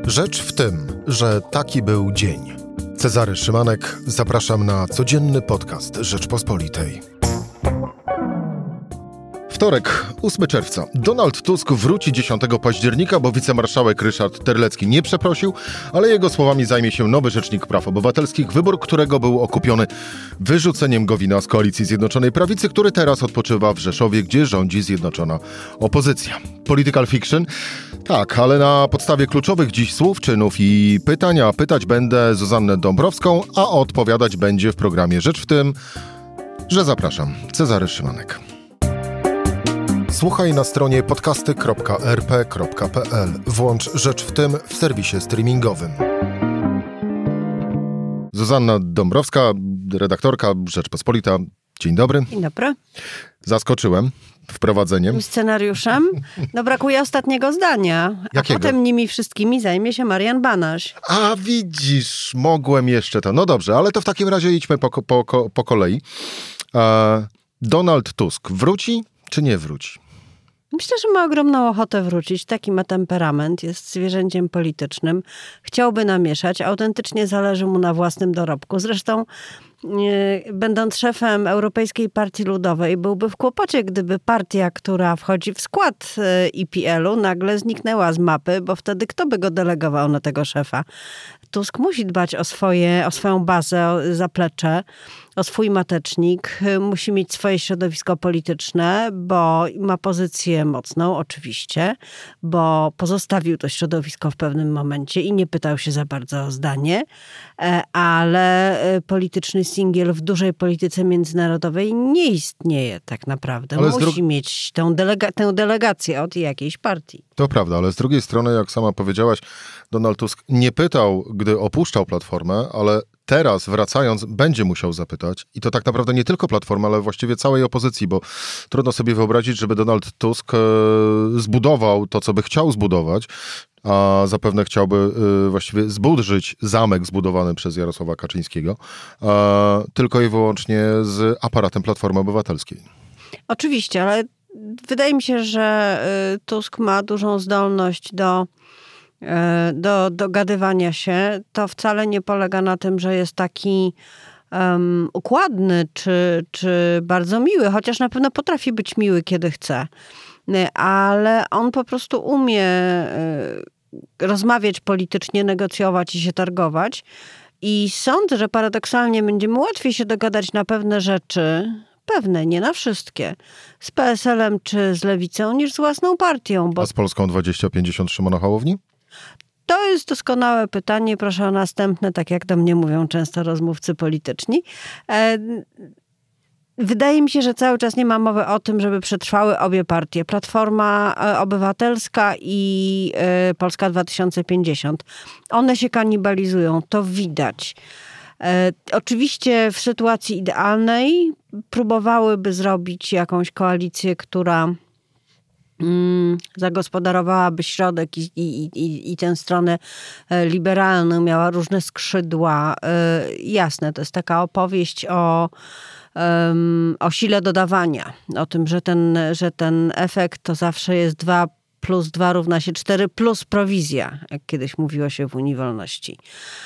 Rzecz w tym, że taki był dzień. Cezary Szymanek, zapraszam na codzienny podcast Rzeczpospolitej. Wtorek, 8 czerwca. Donald Tusk wróci 10 października, bo wicemarszałek Ryszard Terlecki nie przeprosił, ale jego słowami zajmie się nowy rzecznik praw obywatelskich, wybór którego był okupiony wyrzuceniem Gowina z koalicji Zjednoczonej Prawicy, który teraz odpoczywa w Rzeszowie, gdzie rządzi zjednoczona opozycja. Political fiction? Tak, ale na podstawie kluczowych dziś słów, czynów i pytania pytać będę Zuzannę Dąbrowską, a odpowiadać będzie w programie Rzecz w tym, że zapraszam, Cezary Szymanek. Słuchaj na stronie podcasty.rp.pl. Włącz Rzecz w tym w serwisie streamingowym. Zuzanna Dąbrowska, redaktorka Rzeczpospolita. Dzień dobry. Dzień dobry. Zaskoczyłem wprowadzeniem. Scenariuszem? No brakuje ostatniego zdania. Jakiego? A potem nimi wszystkimi zajmie się Marian Banaś. A widzisz, mogłem jeszcze to. No dobrze, ale to w takim razie idźmy po kolei. Donald Tusk wróci czy nie wróci? Myślę, że ma ogromną ochotę wrócić. Taki ma temperament, jest zwierzęciem politycznym. Chciałby namieszać, autentycznie zależy mu na własnym dorobku. Zresztą będąc szefem Europejskiej Partii Ludowej, byłby w kłopocie, gdyby partia, która wchodzi w skład IPL-u, nagle zniknęła z mapy, bo wtedy kto by go delegował na tego szefa? Tusk musi dbać o swoją bazę, o zaplecze, o swój matecznik. Musi mieć swoje środowisko polityczne, bo ma pozycję mocną, oczywiście, bo pozostawił to środowisko w pewnym momencie i nie pytał się za bardzo o zdanie, ale polityczny singiel w dużej polityce międzynarodowej nie istnieje tak naprawdę. Ale musi mieć tę delegację od jakiejś partii. To prawda, ale z drugiej strony, jak sama powiedziałaś, Donald Tusk nie pytał, gdy opuszczał Platformę, ale teraz wracając będzie musiał zapytać i to tak naprawdę nie tylko Platformy, ale właściwie całej opozycji, bo trudno sobie wyobrazić, żeby Donald Tusk zbudował to, co by chciał zbudować, a zapewne chciałby właściwie zburzyć zamek zbudowany przez Jarosława Kaczyńskiego, tylko i wyłącznie z aparatem Platformy Obywatelskiej. Oczywiście, ale wydaje mi się, że Tusk ma dużą zdolność do dogadywania się. To wcale nie polega na tym, że jest taki układny czy bardzo miły, chociaż na pewno potrafi być miły, kiedy chce. Ale on po prostu umie rozmawiać politycznie, negocjować i się targować. I sądzę, że paradoksalnie będzie mu łatwiej się dogadać na pewne rzeczy, pewne, nie na wszystkie, z PSL-em czy z Lewicą, niż z własną partią. A z Polską 2050 Szymona Hołowni? To jest doskonałe pytanie. Proszę o następne, tak jak do mnie mówią często rozmówcy polityczni. Wydaje mi się, że cały czas nie ma mowy o tym, żeby przetrwały obie partie. Platforma Obywatelska i Polska 2050. One się kanibalizują, to widać. Oczywiście w sytuacji idealnej próbowałyby zrobić jakąś koalicję, która zagospodarowałaby środek i tę stronę liberalną, miała różne skrzydła. Jasne, to jest taka opowieść o sile dodawania. O tym, że ten efekt to zawsze jest 2 plus 2 równa się 4 plus prowizja, jak kiedyś mówiło się w Unii Wolności.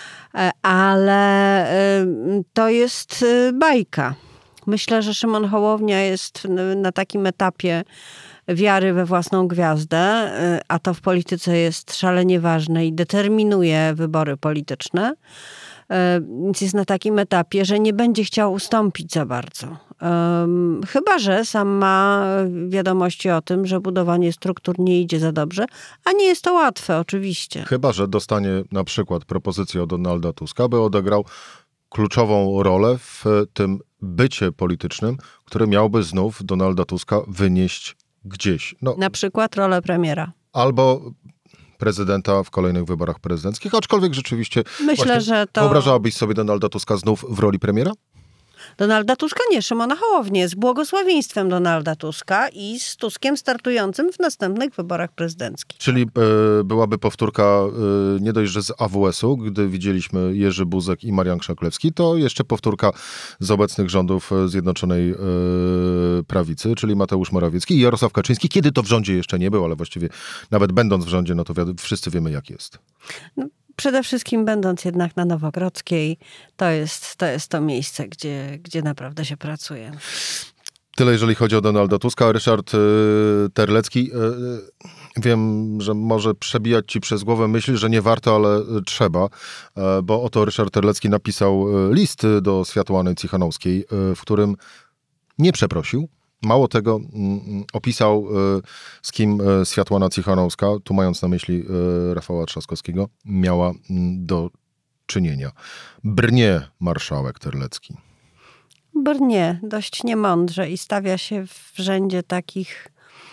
Ale to jest bajka. Myślę, że Szymon Hołownia jest na takim etapie wiary we własną gwiazdę, a to w polityce jest szalenie ważne i determinuje wybory polityczne. Więc jest na takim etapie, że nie będzie chciał ustąpić za bardzo. Chyba że sam ma wiadomości o tym, że budowanie struktur nie idzie za dobrze, a nie jest to łatwe oczywiście. Chyba że dostanie na przykład propozycję od Donalda Tuska, by odegrał kluczową rolę w tym bycie politycznym, który miałby znów Donalda Tuska wynieść gdzieś. Na przykład rolę premiera. Albo prezydenta w kolejnych wyborach prezydenckich, aczkolwiek rzeczywiście myślę, że to... Wyobrażałabyś sobie Donalda Tuska znów w roli premiera? Donalda Tuska nie, Szymona Hołownię, z błogosławieństwem Donalda Tuska i z Tuskiem startującym w następnych wyborach prezydenckich. Czyli byłaby powtórka nie dość, że z AWS-u, gdy widzieliśmy Jerzy Buzek i Marian Krzaklewski, to jeszcze powtórka z obecnych rządów Zjednoczonej Prawicy, czyli Mateusz Morawiecki i Jarosław Kaczyński, kiedy to w rządzie jeszcze nie był, ale właściwie nawet będąc w rządzie, no to wszyscy wiemy jak jest. No, przede wszystkim będąc jednak na Nowogrodzkiej, to jest to miejsce, gdzie naprawdę się pracuje. Tyle, jeżeli chodzi o Donalda Tuska. Ryszard Terlecki, wiem, że może przebijać ci przez głowę myśl, że nie warto, ale trzeba, bo oto Ryszard Terlecki napisał list do Światłany Cichanouskiej, w którym nie przeprosił. Mało tego, opisał, z kim Światłana Cichanouska, tu mając na myśli Rafała Trzaskowskiego, miała do czynienia. Brnie marszałek Terlecki. Brnie dość niemądrze i stawia się w rzędzie takich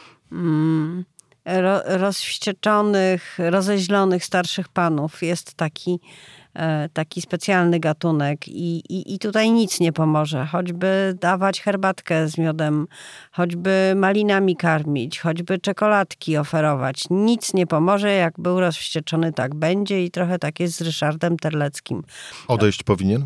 rozwścieczonych, rozeźlonych starszych panów. Jest taki specjalny gatunek i tutaj nic nie pomoże. Choćby dawać herbatkę z miodem, choćby malinami karmić, choćby czekoladki oferować. Nic nie pomoże. Jak był rozwścieczony, tak będzie i trochę tak jest z Ryszardem Terleckim. Odejść powinien?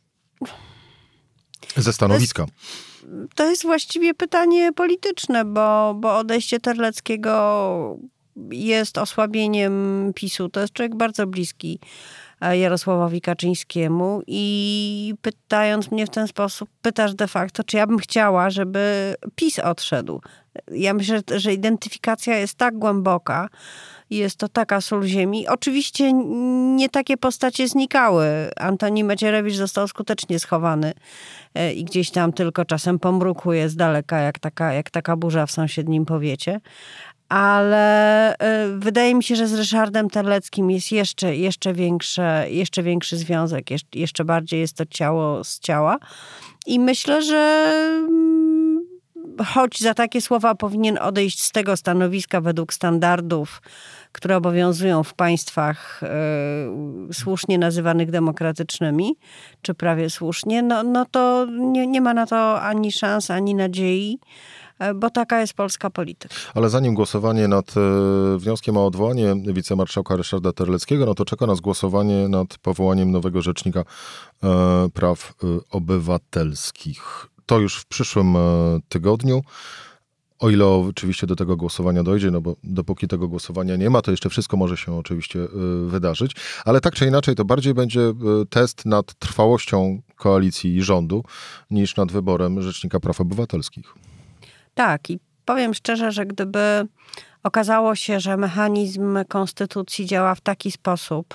Ze stanowiska. To jest właściwie pytanie polityczne, bo odejście Terleckiego jest osłabieniem PiS-u. To jest człowiek bardzo bliski Jarosławowi Kaczyńskiemu i pytając mnie w ten sposób, pytasz de facto, czy ja bym chciała, żeby PiS odszedł. Ja myślę, że identyfikacja jest tak głęboka, jest to taka sól ziemi. Oczywiście nie takie postacie znikały. Antoni Macierewicz został skutecznie schowany i gdzieś tam tylko czasem pomrukuje z daleka, jak taka burza w sąsiednim powiecie. Ale wydaje mi się, że z Ryszardem Terleckim jest jeszcze większy związek, jeszcze bardziej jest to ciało z ciała. I myślę, że choć za takie słowa powinien odejść z tego stanowiska według standardów, które obowiązują w państwach słusznie nazywanych demokratycznymi, czy prawie słusznie, no to nie ma na to ani szans, ani nadziei, bo taka jest polska polityka. Ale zanim głosowanie nad wnioskiem o odwołanie wicemarszałka Ryszarda Terleckiego, no to czeka nas głosowanie nad powołaniem nowego rzecznika praw obywatelskich. To już w przyszłym tygodniu. O ile oczywiście do tego głosowania dojdzie, no bo dopóki tego głosowania nie ma, to jeszcze wszystko może się oczywiście wydarzyć. Ale tak czy inaczej to bardziej będzie test nad trwałością koalicji i rządu niż nad wyborem rzecznika praw obywatelskich. Tak, i powiem szczerze, że gdyby okazało się, że mechanizm konstytucji działa w taki sposób,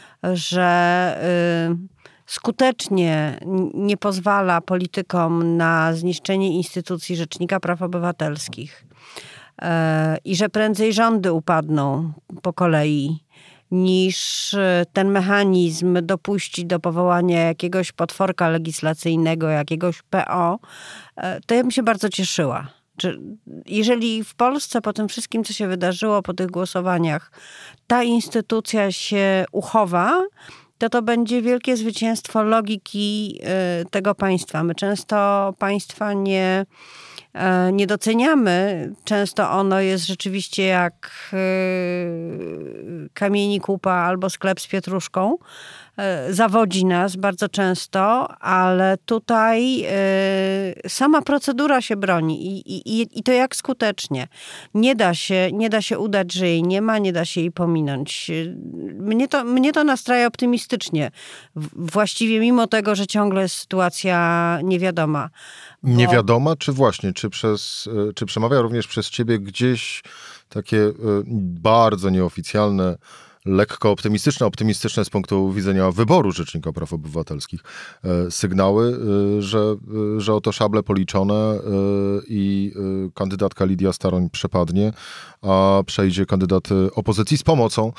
że skutecznie nie pozwala politykom na zniszczenie instytucji Rzecznika Praw Obywatelskich i że prędzej rządy upadną po kolei, niż ten mechanizm dopuści do powołania jakiegoś potworka legislacyjnego, jakiegoś PO, to ja bym się bardzo cieszyła. Jeżeli w Polsce po tym wszystkim, co się wydarzyło, po tych głosowaniach, ta instytucja się uchowa, to będzie wielkie zwycięstwo logiki tego państwa. My często państwa nie doceniamy. Często ono jest rzeczywiście jak kamieni kupa albo sklep z pietruszką. Zawodzi nas bardzo często, ale tutaj sama procedura się broni i to jak skutecznie. Nie da się udać, że jej nie ma, nie da się jej pominąć. Mnie to nastraja optymistycznie. Właściwie mimo tego, że ciągle jest sytuacja niewiadoma. Niewiadoma, czy właśnie, czy przemawia również przez ciebie gdzieś takie bardzo nieoficjalne, lekko optymistyczne z punktu widzenia wyboru Rzecznika Praw Obywatelskich sygnały, że oto szable policzone i kandydatka Lidia Staroń przepadnie, a przejdzie kandydat opozycji z pomocą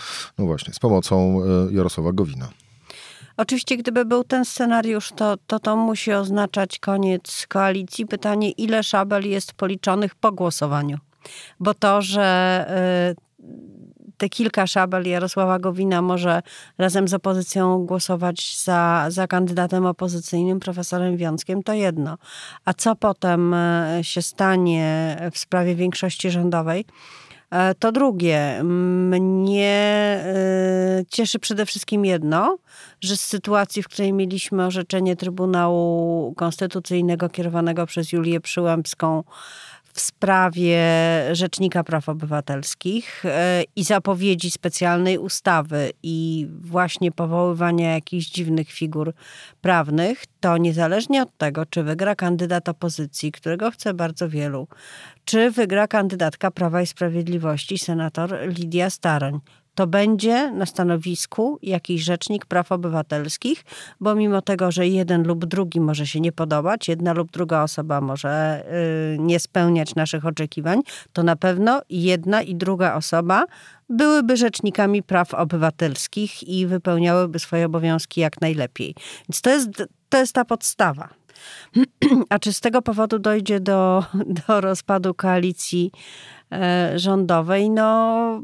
Jarosława Gowina. Oczywiście, gdyby był ten scenariusz, to musi oznaczać koniec koalicji. Pytanie, ile szabel jest policzonych po głosowaniu? Bo to, że te kilka szabel Jarosława Gowina może razem z opozycją głosować za kandydatem opozycyjnym, profesorem Wiąckiem, to jedno. A co potem się stanie w sprawie większości rządowej? To drugie. Mnie cieszy przede wszystkim jedno, że z sytuacji, w której mieliśmy orzeczenie Trybunału Konstytucyjnego kierowanego przez Julię Przyłębską w sprawie Rzecznika Praw Obywatelskich i zapowiedzi specjalnej ustawy i właśnie powoływania jakichś dziwnych figur prawnych, to niezależnie od tego, czy wygra kandydat opozycji, którego chce bardzo wielu, czy wygra kandydatka Prawa i Sprawiedliwości, senator Lidia Staroń, to będzie na stanowisku jakiś rzecznik praw obywatelskich, bo mimo tego, że jeden lub drugi może się nie podobać, jedna lub druga osoba może nie spełniać naszych oczekiwań, to na pewno jedna i druga osoba byłyby rzecznikami praw obywatelskich i wypełniałyby swoje obowiązki jak najlepiej. Więc to jest ta podstawa. A czy z tego powodu dojdzie do rozpadu koalicji rządowej? No...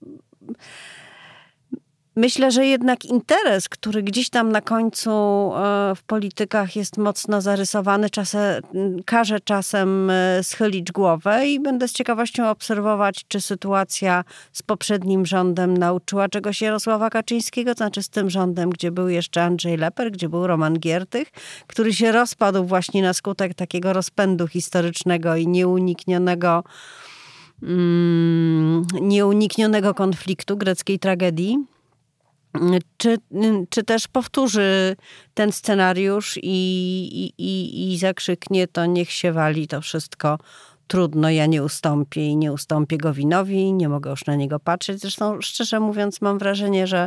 Myślę, że jednak interes, który gdzieś tam na końcu w politykach jest mocno zarysowany, każe czasem schylić głowę i będę z ciekawością obserwować, czy sytuacja z poprzednim rządem nauczyła czegoś Jarosława Kaczyńskiego, to znaczy z tym rządem, gdzie był jeszcze Andrzej Leper, gdzie był Roman Giertych, który się rozpadł właśnie na skutek takiego rozpędu historycznego i nieuniknionego konfliktu, greckiej tragedii. Czy też powtórzy ten scenariusz i zakrzyknie, to niech się wali to wszystko, trudno, ja nie ustąpię i nie ustąpię Gowinowi, nie mogę już na niego patrzeć. Zresztą szczerze mówiąc mam wrażenie, że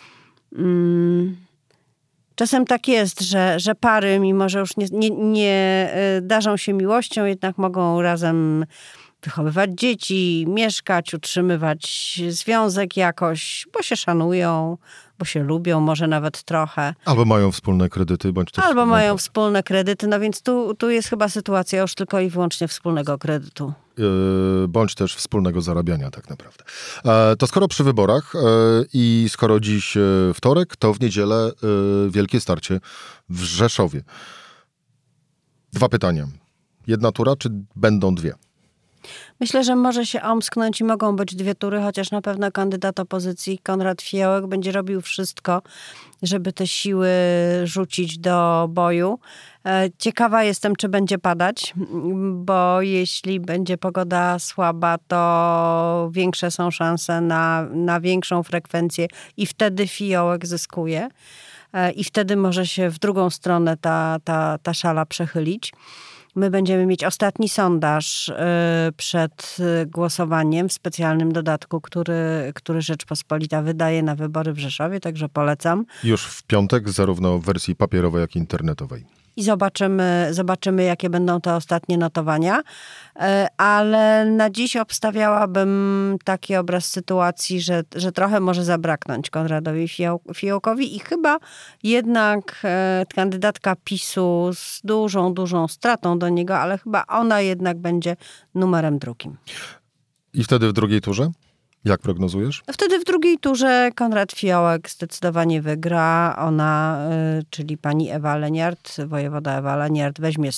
czasem tak jest, że pary, mimo że już nie darzą się miłością, jednak mogą razem wychowywać dzieci, mieszkać, utrzymywać związek jakoś, bo się szanują, bo się lubią, może nawet trochę. Albo mają wspólne kredyty, bądź też... Albo mają wspólne kredyty, no więc tu jest chyba sytuacja już tylko i wyłącznie wspólnego kredytu. Bądź też wspólnego zarabiania tak naprawdę. To skoro przy wyborach i skoro dziś wtorek, to w niedzielę wielkie starcie w Rzeszowie. 2 pytania. Jedna tura, czy będą 2? Myślę, że może się omsknąć i mogą być 2 tury, chociaż na pewno kandydat opozycji Konrad Fiołek będzie robił wszystko, żeby te siły rzucić do boju. Ciekawa jestem, czy będzie padać, bo jeśli będzie pogoda słaba, to większe są szanse na większą frekwencję i wtedy Fiołek zyskuje. I wtedy może się w drugą stronę ta szala przechylić. My będziemy mieć ostatni sondaż przed głosowaniem w specjalnym dodatku, który Rzeczpospolita wydaje na wybory w Rzeszowie, także polecam. Już w piątek, zarówno w wersji papierowej, jak i internetowej. I zobaczymy, jakie będą te ostatnie notowania. Ale na dziś obstawiałabym taki obraz sytuacji, że trochę może zabraknąć Konradowi Fiołkowi i chyba jednak kandydatka PiS-u z dużą stratą do niego, ale chyba ona jednak będzie numerem 2. I wtedy w drugiej turze? Jak prognozujesz? Wtedy w drugiej turze Konrad Fiołek zdecydowanie wygra. Ona, czyli pani Ewa Leniart, wojewoda Ewa Leniart, weźmie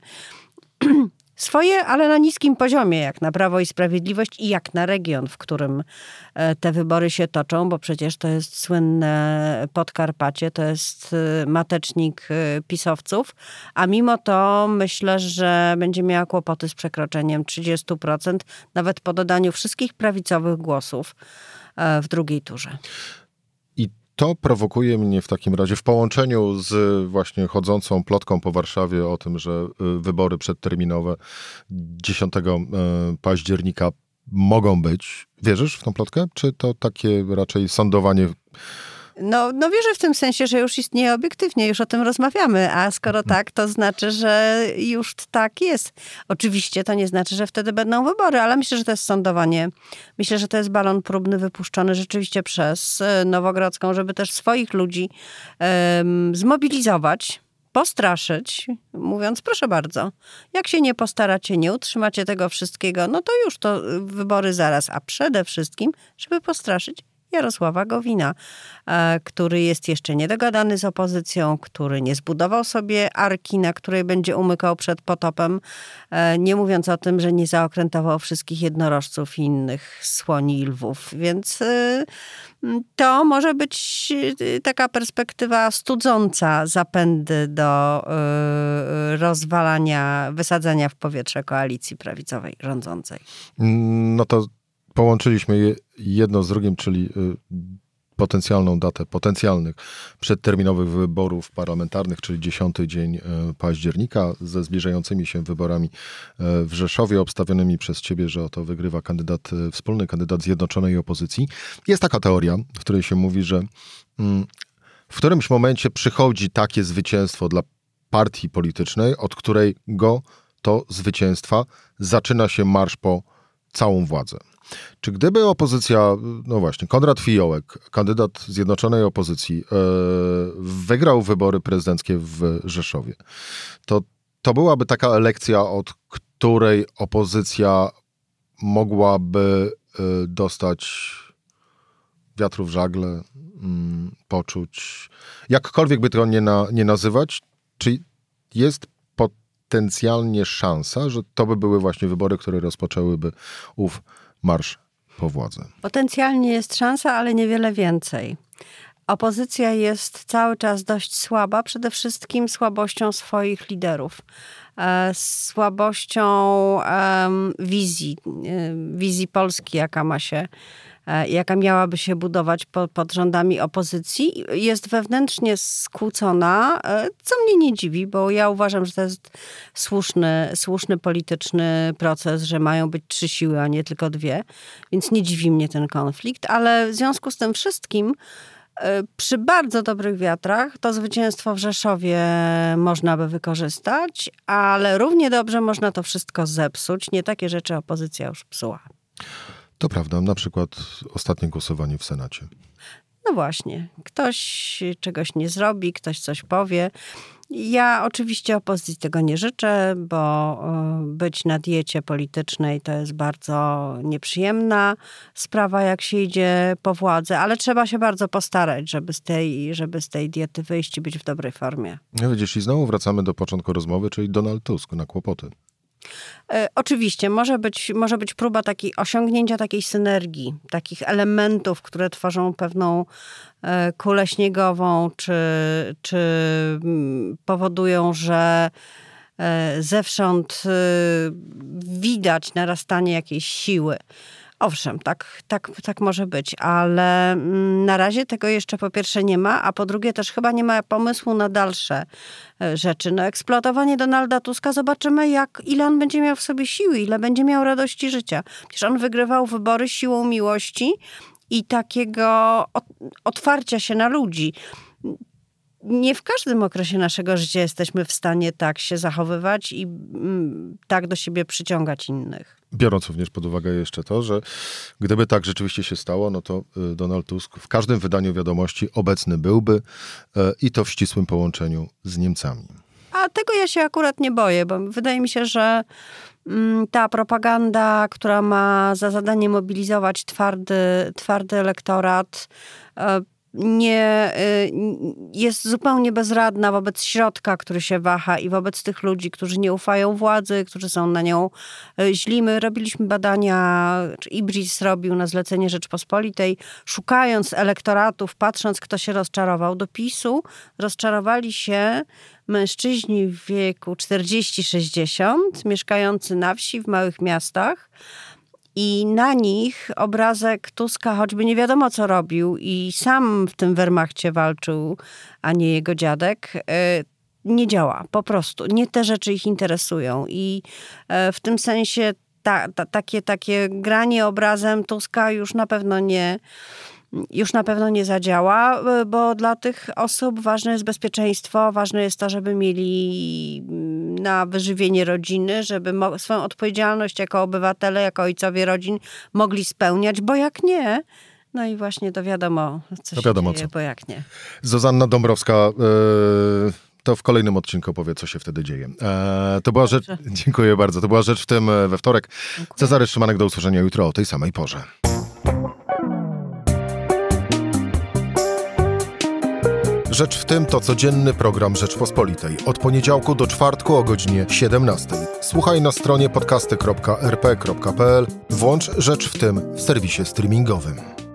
swoje, ale na niskim poziomie, jak na Prawo i Sprawiedliwość i jak na region, w którym te wybory się toczą, bo przecież to jest słynne Podkarpacie, to jest matecznik pisowców, a mimo to myślę, że będzie miała kłopoty z przekroczeniem 30%, nawet po dodaniu wszystkich prawicowych głosów w drugiej turze. To prowokuje mnie w takim razie w połączeniu z właśnie chodzącą plotką po Warszawie o tym, że wybory przedterminowe 10 października mogą być. Wierzysz w tą plotkę? Czy to takie raczej sądowanie? No wierzę w tym sensie, że już istnieje obiektywnie, już o tym rozmawiamy, a skoro tak, to znaczy, że już tak jest. Oczywiście to nie znaczy, że wtedy będą wybory, ale myślę, że to jest sądowanie. Myślę, że to jest balon próbny wypuszczony rzeczywiście przez Nowogrodzką, żeby też swoich ludzi zmobilizować, postraszyć, mówiąc, proszę bardzo, jak się nie postaracie, nie utrzymacie tego wszystkiego, no to już to wybory zaraz, a przede wszystkim, żeby postraszyć Jarosława Gowina, który jest jeszcze niedogadany z opozycją, który nie zbudował sobie arki, na której będzie umykał przed potopem, nie mówiąc o tym, że nie zaokrętował wszystkich jednorożców i innych słoni i lwów. Więc to może być taka perspektywa studząca zapędy do rozwalania, wysadzania w powietrze koalicji prawicowej rządzącej. No to połączyliśmy jedno z drugim, czyli potencjalną datę potencjalnych przedterminowych wyborów parlamentarnych, czyli 10 dzień października, ze zbliżającymi się wyborami w Rzeszowie, obstawionymi przez ciebie, że oto wygrywa wspólny kandydat Zjednoczonej Opozycji. Jest taka teoria, w której się mówi, że w którymś momencie przychodzi takie zwycięstwo dla partii politycznej, od którego to zwycięstwa zaczyna się marsz po całą władzę. Czy gdyby opozycja, no właśnie, Konrad Fiołek, kandydat Zjednoczonej Opozycji, wygrał wybory prezydenckie w Rzeszowie, to byłaby taka elekcja, od której opozycja mogłaby dostać wiatru w żagle, poczuć, jakkolwiek by to nie nazywać, czy jest potencjalnie szansa, że to by były właśnie wybory, które rozpoczęłyby ów marsz po władzę? Potencjalnie jest szansa, ale niewiele więcej. Opozycja jest cały czas dość słaba, przede wszystkim słabością swoich liderów. Słabością wizji Polski, jaka miałaby się budować pod rządami opozycji, jest wewnętrznie skłócona, co mnie nie dziwi, bo ja uważam, że to jest słuszny polityczny proces, że mają być 3 siły, a nie tylko 2, więc nie dziwi mnie ten konflikt, ale w związku z tym wszystkim przy bardzo dobrych wiatrach to zwycięstwo w Rzeszowie można by wykorzystać, ale równie dobrze można to wszystko zepsuć. Nie takie rzeczy opozycja już psuła. To prawda, na przykład ostatnie głosowanie w Senacie. No właśnie, ktoś czegoś nie zrobi, ktoś coś powie. Ja oczywiście opozycji tego nie życzę, bo być na diecie politycznej to jest bardzo nieprzyjemna sprawa, jak się idzie po władzę, ale trzeba się bardzo postarać, żeby z tej diety wyjść i być w dobrej formie. No widzisz, i znowu wracamy do początku rozmowy, czyli Donald Tusk na kłopoty. Oczywiście, może być próba osiągnięcia takiej synergii, takich elementów, które tworzą pewną kulę śniegową, czy powodują, że zewsząd widać narastanie jakiejś siły. Owszem, tak może być, ale na razie tego jeszcze po pierwsze nie ma, a po drugie też chyba nie ma pomysłu na dalsze rzeczy. No, eksploatowanie Donalda Tuska, zobaczymy ile on będzie miał w sobie siły, ile będzie miał radości życia. Przecież on wygrywał wybory siłą miłości i takiego otwarcia się na ludzi. Nie w każdym okresie naszego życia jesteśmy w stanie tak się zachowywać i tak do siebie przyciągać innych. Biorąc również pod uwagę jeszcze to, że gdyby tak rzeczywiście się stało, no to Donald Tusk w każdym wydaniu Wiadomości obecny byłby i to w ścisłym połączeniu z Niemcami. A tego ja się akurat nie boję, bo wydaje mi się, że ta propaganda, która ma za zadanie mobilizować twardy elektorat, jest zupełnie bezradna wobec środka, który się waha i wobec tych ludzi, którzy nie ufają władzy, którzy są na nią źli. My robiliśmy badania, czy Ibris robił na zlecenie Rzeczpospolitej, szukając elektoratów, patrząc, kto się rozczarował. Do PiS-u rozczarowali się mężczyźni w wieku 40-60, mieszkający na wsi, w małych miastach. I na nich obrazek Tuska, choćby nie wiadomo co robił i sam w tym Wehrmachcie walczył, a nie jego dziadek, nie działa. Po prostu. Nie te rzeczy ich interesują. I w tym sensie takie granie obrazem Tuska już na pewno nie zadziała, bo dla tych osób ważne jest bezpieczeństwo, ważne jest to, żeby mieli na wyżywienie rodziny, żeby swoją odpowiedzialność jako obywatele, jako ojcowie rodzin mogli spełniać, bo jak nie, no i właśnie to wiadomo, co się dzieje, bo jak nie. Zuzanna Dąbrowska, to w kolejnym odcinku opowie, co się wtedy dzieje. To była rzecz, dziękuję bardzo, to była rzecz w tym we wtorek. Dziękuję. Cezary Szymanek, do usłyszenia jutro o tej samej porze. Rzecz w tym to codzienny program Rzeczpospolitej. Od poniedziałku do czwartku o godzinie 17. Słuchaj na stronie podcasty.rp.pl. Włącz Rzecz w tym w serwisie streamingowym.